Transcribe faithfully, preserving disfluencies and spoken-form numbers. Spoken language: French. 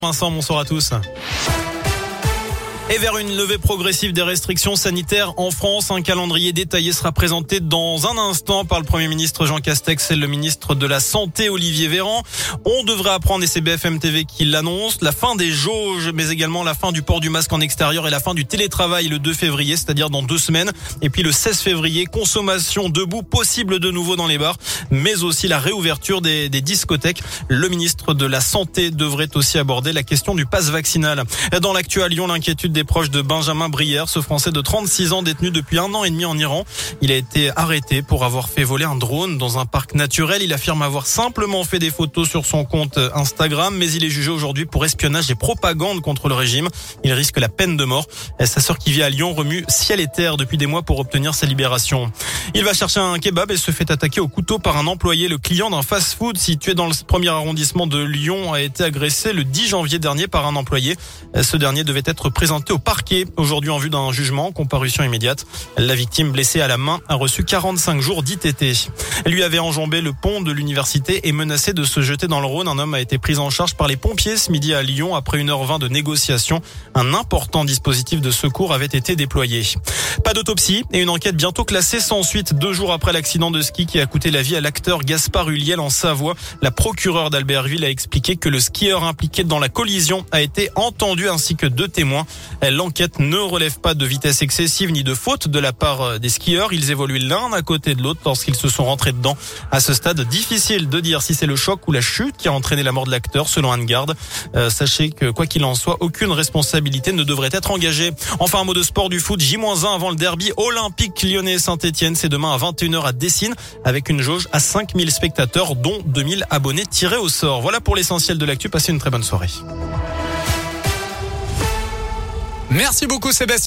Vincent, bonsoir à tous. Et vers une levée progressive des restrictions sanitaires en France, un calendrier détaillé sera présenté dans un instant par le Premier ministre Jean Castex et le ministre de la Santé Olivier Véran. On devrait apprendre, et c'est B F M T V qui l'annonce, la fin des jauges, mais également la fin du port du masque en extérieur et la fin du télétravail le deux février, c'est-à-dire dans deux semaines. Et puis le seize février, consommation debout possible de nouveau dans les bars, mais aussi la réouverture des, des discothèques. Le ministre de la Santé devrait aussi aborder la question du pass vaccinal. Dans l'actu à Lyon, l'inquiétude des proches de Benjamin Brière, ce Français de trente-six ans détenu depuis un an et demi en Iran. Il a été arrêté pour avoir fait voler un drone dans un parc naturel. Il affirme avoir simplement fait des photos sur son compte Instagram, mais il est jugé aujourd'hui pour espionnage et propagande contre le régime. Il risque la peine de mort. Sa sœur qui vit à Lyon remue ciel et terre depuis des mois pour obtenir sa libération. Il va chercher un kebab et se fait attaquer au couteau par un employé. Le client d'un fast-food situé dans le premier arrondissement de Lyon a été agressé le dix janvier dernier par un employé. Ce dernier devait être présenté au parquet aujourd'hui en vue d'un jugement, comparution immédiate. La victime blessée à la main a reçu quarante-cinq jours d'I T T. Lui avait enjambé le pont de l'université et menacé de se jeter dans le Rhône. Un homme a été pris en charge par les pompiers ce midi à Lyon après une heure vingt de négociations. Un important dispositif de secours avait été déployé. Pas d'autopsie et une enquête bientôt classée sans suite deux jours après l'accident de ski qui a coûté la vie à l'acteur Gaspard Ulliel en Savoie. La procureure d'Albertville a expliqué que le skieur impliqué dans la collision a été entendu ainsi que deux témoins. L'enquête ne relève pas de vitesse excessive ni de faute de la part des skieurs. Ils évoluaient l'un à côté de l'autre lorsqu'ils se sont rentrés dedans. À ce stade, difficile de dire si c'est le choc ou la chute qui a entraîné la mort de l'acteur, selon Anne Garde. Euh, sachez que quoi qu'il en soit, aucune responsabilité ne devrait être engagée. Enfin, un mot de sport du foot. J moins un avant le derby olympique lyonnais Saint-Etienne. C'est demain à vingt et une heures à Dessines avec une jauge à cinq mille spectateurs, dont deux mille abonnés tirés au sort. Voilà pour l'essentiel de l'actu. Passez une très bonne soirée. Merci beaucoup Sébastien.